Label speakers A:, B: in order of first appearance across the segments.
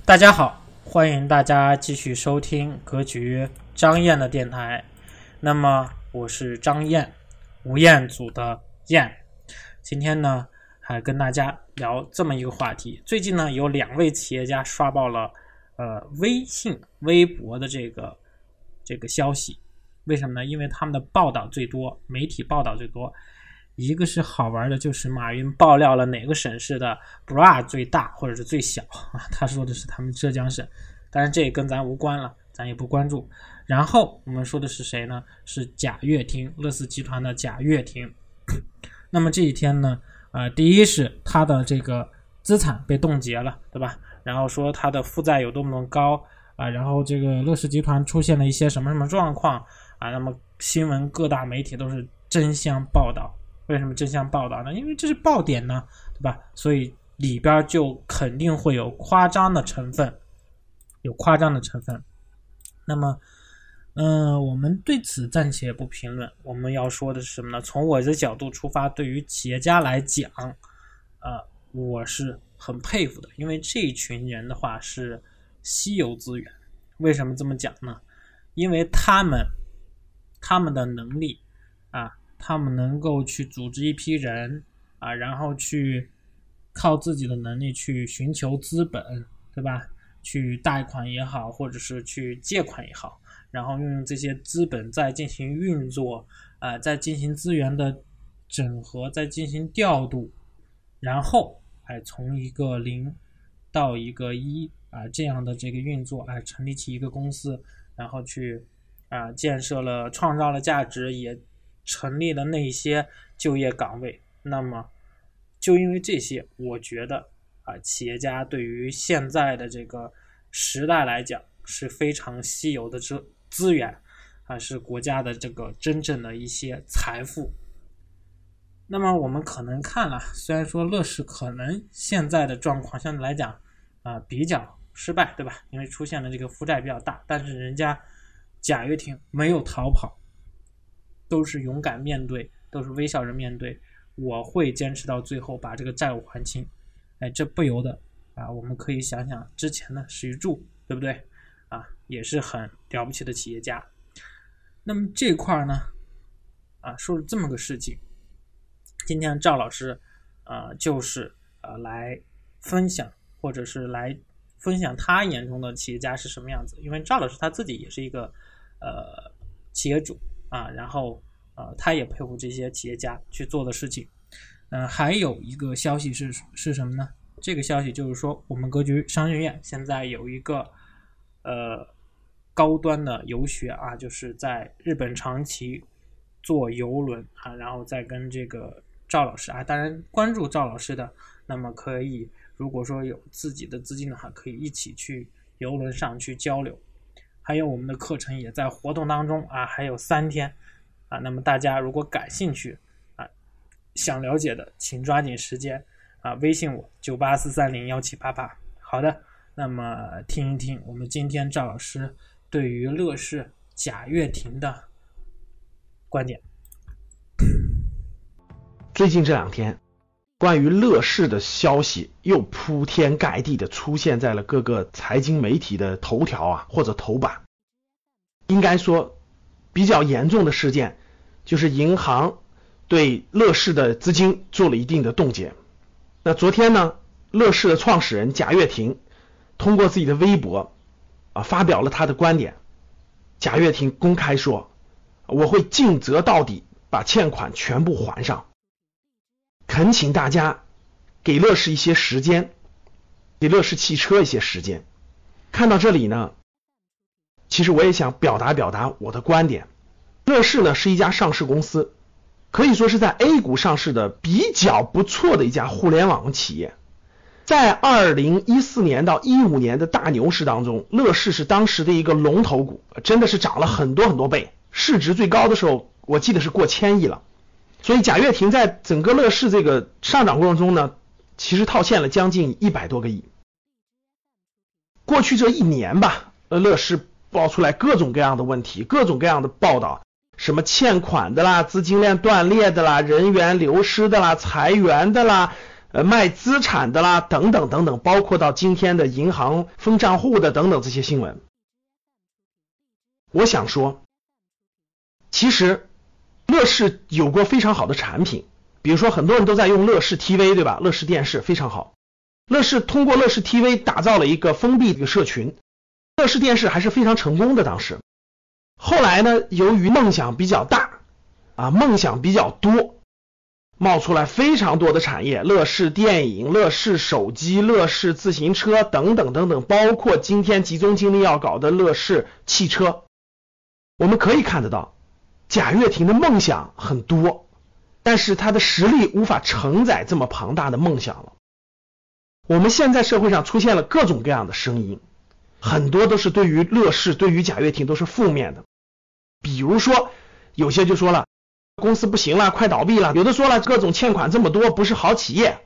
A: 大家好，欢迎大家继续收听格局张燕的电台。那么我是张燕，吴彦祖的燕。今天呢还跟大家聊这么一个话题。最近呢有2位企业家刷爆了微信微博的这个消息。为什么呢？因为他们的报道最多，媒体报道最多。一个是好玩的，就是马云爆料了哪个省市的 bra 最大或者是最小啊，他说的是他们浙江省，但是这也跟咱无关了，咱也不关注。然后我们说的是谁呢？是贾跃亭，乐视集团的贾跃亭。那么这几天呢第一是他的这个资产被冻结了，对吧？然后说他的负债有多么高然后这个乐视集团出现了一些什么状况那么新闻各大媒体都是争相报道。为什么争相报道呢？因为这是爆点呢，对吧？所以里边就肯定会有夸张的成分，那么我们对此暂且不评论。我们要说的是什么呢？从我的角度出发，对于企业家来讲我是很佩服的，因为这一群人的话是稀有资源。为什么这么讲呢？因为他们的能力他们能够去组织一批人然后去靠自己的能力去寻求资本，对吧？去贷款也好，或者是去借款也好，然后运用这些资本再进行运作再进行资源的整合，再进行调度，然后从一个0到一个1这样的这个运作成立起一个公司，然后去建设了创造了价值，也成立了那些就业岗位。那么就因为这些，我觉得企业家对于现在的这个时代来讲是非常稀有的资源是国家的这个真正的一些财富。那么我们可能看了，虽然说乐视可能现在的状况相对来讲比较失败，对吧？因为出现了这个负债比较大，但是人家贾跃亭没有逃跑，都是勇敢面对，都是微笑着面对，我会坚持到最后把这个债务还清。这不由得我们可以想想之前的史玉柱，对不对也是很了不起的企业家。那么这块呢说了这么个事情，今天赵老师就是来分享，或者是来分享他眼中的企业家是什么样子。因为赵老师他自己也是一个企业主然后他也佩服这些企业家去做的事情。还有一个消息是什么呢？这个消息就是说，我们格局商学院现在有一个高端的游学就是在日本长崎坐游轮然后再跟这个赵老师当然关注赵老师的，那么可以如果说有自己的资金的话，可以一起去游轮上去交流。还有我们的课程也在活动当中还有3天那么大家如果感兴趣想了解的，请抓紧时间微信我9843017888。好的，那么听一听我们今天赵老师对于乐视贾跃亭的观点。
B: 最近这2天关于乐视的消息又铺天盖地的出现在了各个财经媒体的头条或者头版。应该说比较严重的事件就是银行对乐视的资金做了一定的冻结。那昨天呢，乐视的创始人贾跃亭通过自己的微博发表了他的观点。贾跃亭公开说，我会尽责到底，把欠款全部还上。恳请大家给乐视一些时间，给乐视汽车一些时间。看到这里呢，其实我也想表达我的观点。乐视呢是一家上市公司，可以说是在 A 股上市的比较不错的一家互联网企业。在2014年到15年的大牛市当中，乐视是当时的一个龙头股，真的是涨了很多倍，市值最高的时候我记得是过1000亿了。所以贾跃亭在整个乐视这个上涨过程中呢，其实套现了将近100多个亿。过去这1年吧，乐视爆出来各种各样的问题，各种各样的报道，什么欠款的啦，资金链断裂的啦，人员流失的啦，裁员的啦， 卖资产的啦，等等等等，包括到今天的银行封账户的等等这些新闻。我想说，其实乐视有过非常好的产品，比如说很多人都在用乐视 TV， 对吧？乐视电视非常好。乐视通过乐视 TV 打造了一个封闭的社群，乐视电视还是非常成功的当时。后来呢，由于梦想比较大梦想比较多，冒出来非常多的产业，乐视电影、乐视手机、乐视自行车等等等等，包括今天集中精力要搞的乐视汽车。我们可以看得到，贾跃亭的梦想很多，但是他的实力无法承载这么庞大的梦想了。我们现在社会上出现了各种各样的声音，很多都是对于乐视、对于贾跃亭都是负面的。比如说有些就说了公司不行了，快倒闭了，有的说了各种欠款这么多，不是好企业，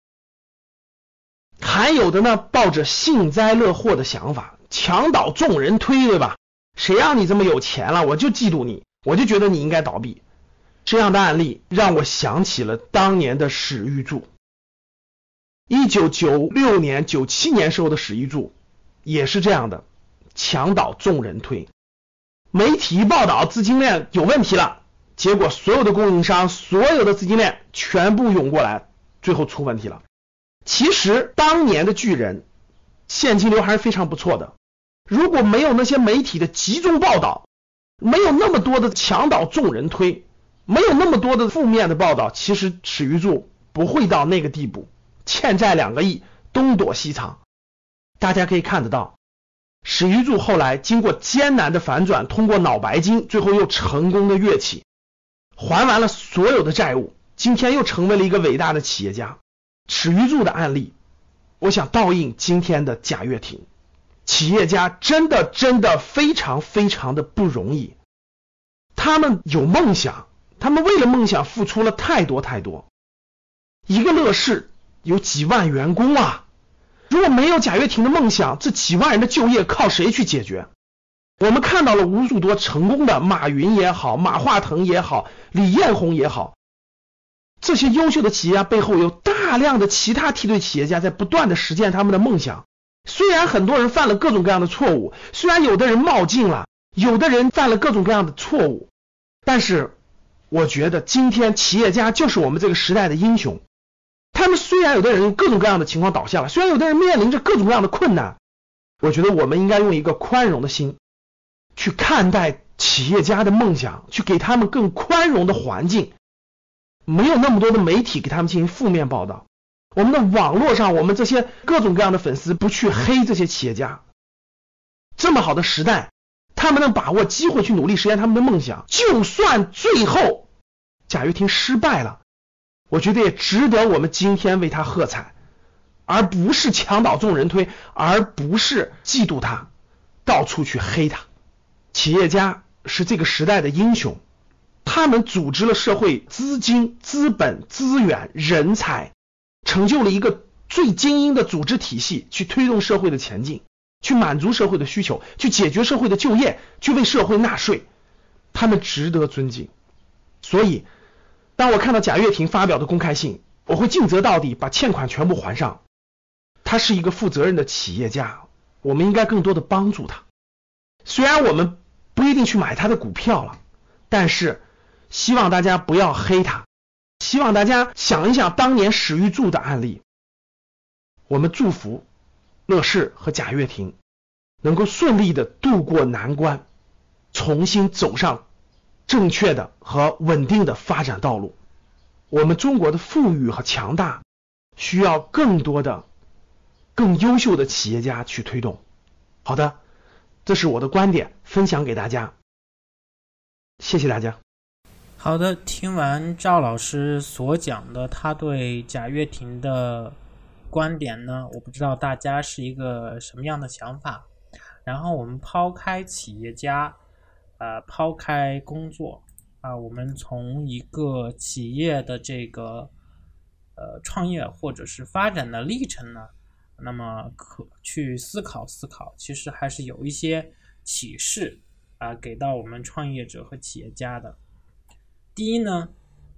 B: 还有的呢抱着幸灾乐祸的想法，墙倒众人推，对吧？谁让你这么有钱了，我就嫉妒你，我就觉得你应该倒闭。这样的案例让我想起了当年的史玉柱。1996年、97年时候的史玉柱也是这样的，墙倒众人推。媒体报道资金链有问题了，结果所有的供应商、所有的资金链全部涌过来，最后出问题了。其实当年的巨人现金流还是非常不错的，如果没有那些媒体的集中报道，没有那么多的墙倒众人推，没有那么多的负面的报道，其实史玉柱不会到那个地步，欠债2个亿，东躲西藏。大家可以看得到，史玉柱后来经过艰难的反转，通过脑白金，最后又成功的跃起，还完了所有的债务，今天又成为了一个伟大的企业家。史玉柱的案例，我想倒映今天的贾跃亭。企业家真的非常非常的不容易，他们有梦想，他们为了梦想付出了太多太多。一个乐视有几万员工啊，如果没有贾跃亭的梦想，这几万人的就业靠谁去解决？我们看到了无数多成功的马云也好，马化腾也好，李彦宏也好，这些优秀的企业家背后有大量的其他梯队企业家在不断的实践他们的梦想。虽然很多人犯了各种各样的错误，虽然有的人冒进了，有的人犯了各种各样的错误，但是我觉得今天企业家就是我们这个时代的英雄。他们虽然有的人用各种各样的情况倒下了，虽然有的人面临着各种各样的困难，我觉得我们应该用一个宽容的心去看待企业家的梦想，去给他们更宽容的环境，没有那么多的媒体给他们进行负面报道，我们的网络上我们这些各种各样的粉丝不去黑这些企业家。这么好的时代，他们能把握机会去努力实现他们的梦想，就算最后贾跃亭失败了，我觉得也值得我们今天为他喝彩，而不是墙倒众人推，而不是嫉妒他，到处去黑他。企业家是这个时代的英雄，他们组织了社会资金、资本、资源、人才，成就了一个最精英的组织体系，去推动社会的前进，去满足社会的需求，去解决社会的就业，去为社会纳税，他们值得尊敬。所以当我看到贾跃亭发表的公开信，我会尽责到底，把欠款全部还上。他是一个负责任的企业家，我们应该更多的帮助他。虽然我们不一定去买他的股票了，但是希望大家不要黑他，希望大家想一想当年史玉柱的案例。我们祝福乐视和贾跃亭能够顺利的度过难关，重新走上正确的和稳定的发展道路。我们中国的富裕和强大需要更多的更优秀的企业家去推动。好的，这是我的观点，分享给大家，谢谢大家。
A: 好的，听完赵老师所讲的他对贾跃亭的观点呢，我不知道大家是一个什么样的想法。然后我们抛开企业家抛开工作我们从一个企业的这个创业或者是发展的历程呢，那么可去思考，其实还是有一些启示给到我们创业者和企业家的。第一呢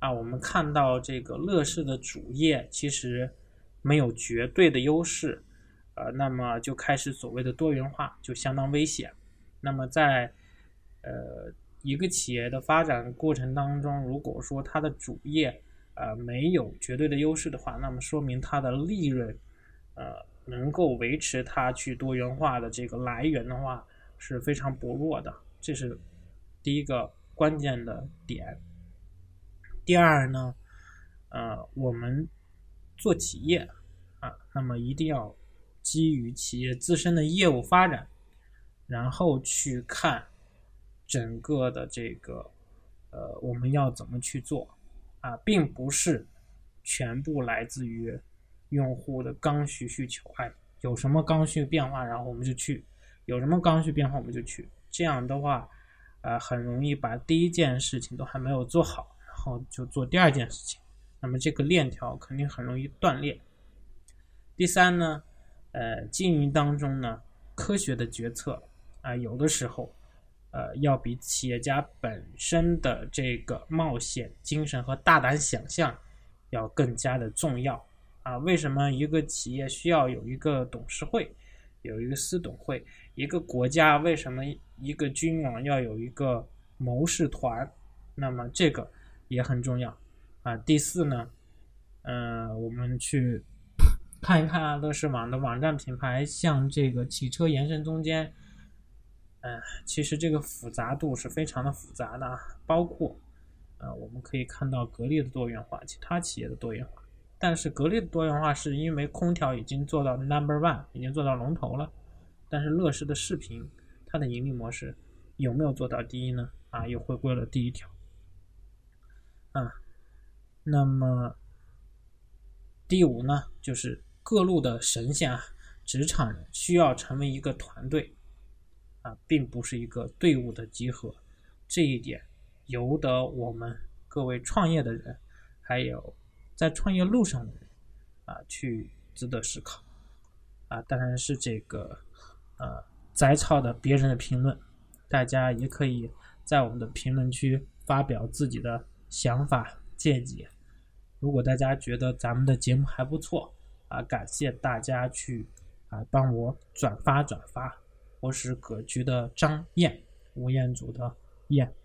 A: 我们看到这个乐视的主业其实没有绝对的优势，那么就开始所谓的多元化，就相当危险。那么在一个企业的发展过程当中，如果说它的主业没有绝对的优势的话，那么说明它的利润能够维持它去多元化的这个来源的话是非常薄弱的，这是第一个关键的点。第二呢，我们做企业那么一定要基于企业自身的业务发展，然后去看整个的这个我们要怎么去做并不是全部来自于用户的刚需需求，有什么刚需变化然后我们就去，有什么刚需变化我们就去，这样的话很容易把第一件事情都还没有做好，然后就做第二件事情，那么这个链条肯定很容易断裂。第三呢，经营当中呢，科学的决策有的时候要比企业家本身的这个冒险精神和大胆想象要更加的重要为什么一个企业需要有一个董事会，有一个私董会，一个国家为什么一个君王要有一个谋士团，那么这个也很重要第四呢，我们去看一看乐视网的网站品牌向这个汽车延伸中间其实这个复杂度是非常的复杂的包括我们可以看到格力的多元化，其他企业的多元化，但是格力的多元化是因为空调已经做到 No.1 已经做到龙头了，但是乐视的视频它的盈利模式有没有做到第一呢又回归了第一条那么第五呢，就是各路的神仙职场人需要成为一个团队并不是一个队伍的集合，这一点由得我们各位创业的人还有在创业路上的人去值得思考当然是这个摘抄的别人的评论，大家也可以在我们的评论区发表自己的想法见解。如果大家觉得咱们的节目还不错感谢大家去帮我转发。我是葛局的张燕，吴彦祖的燕。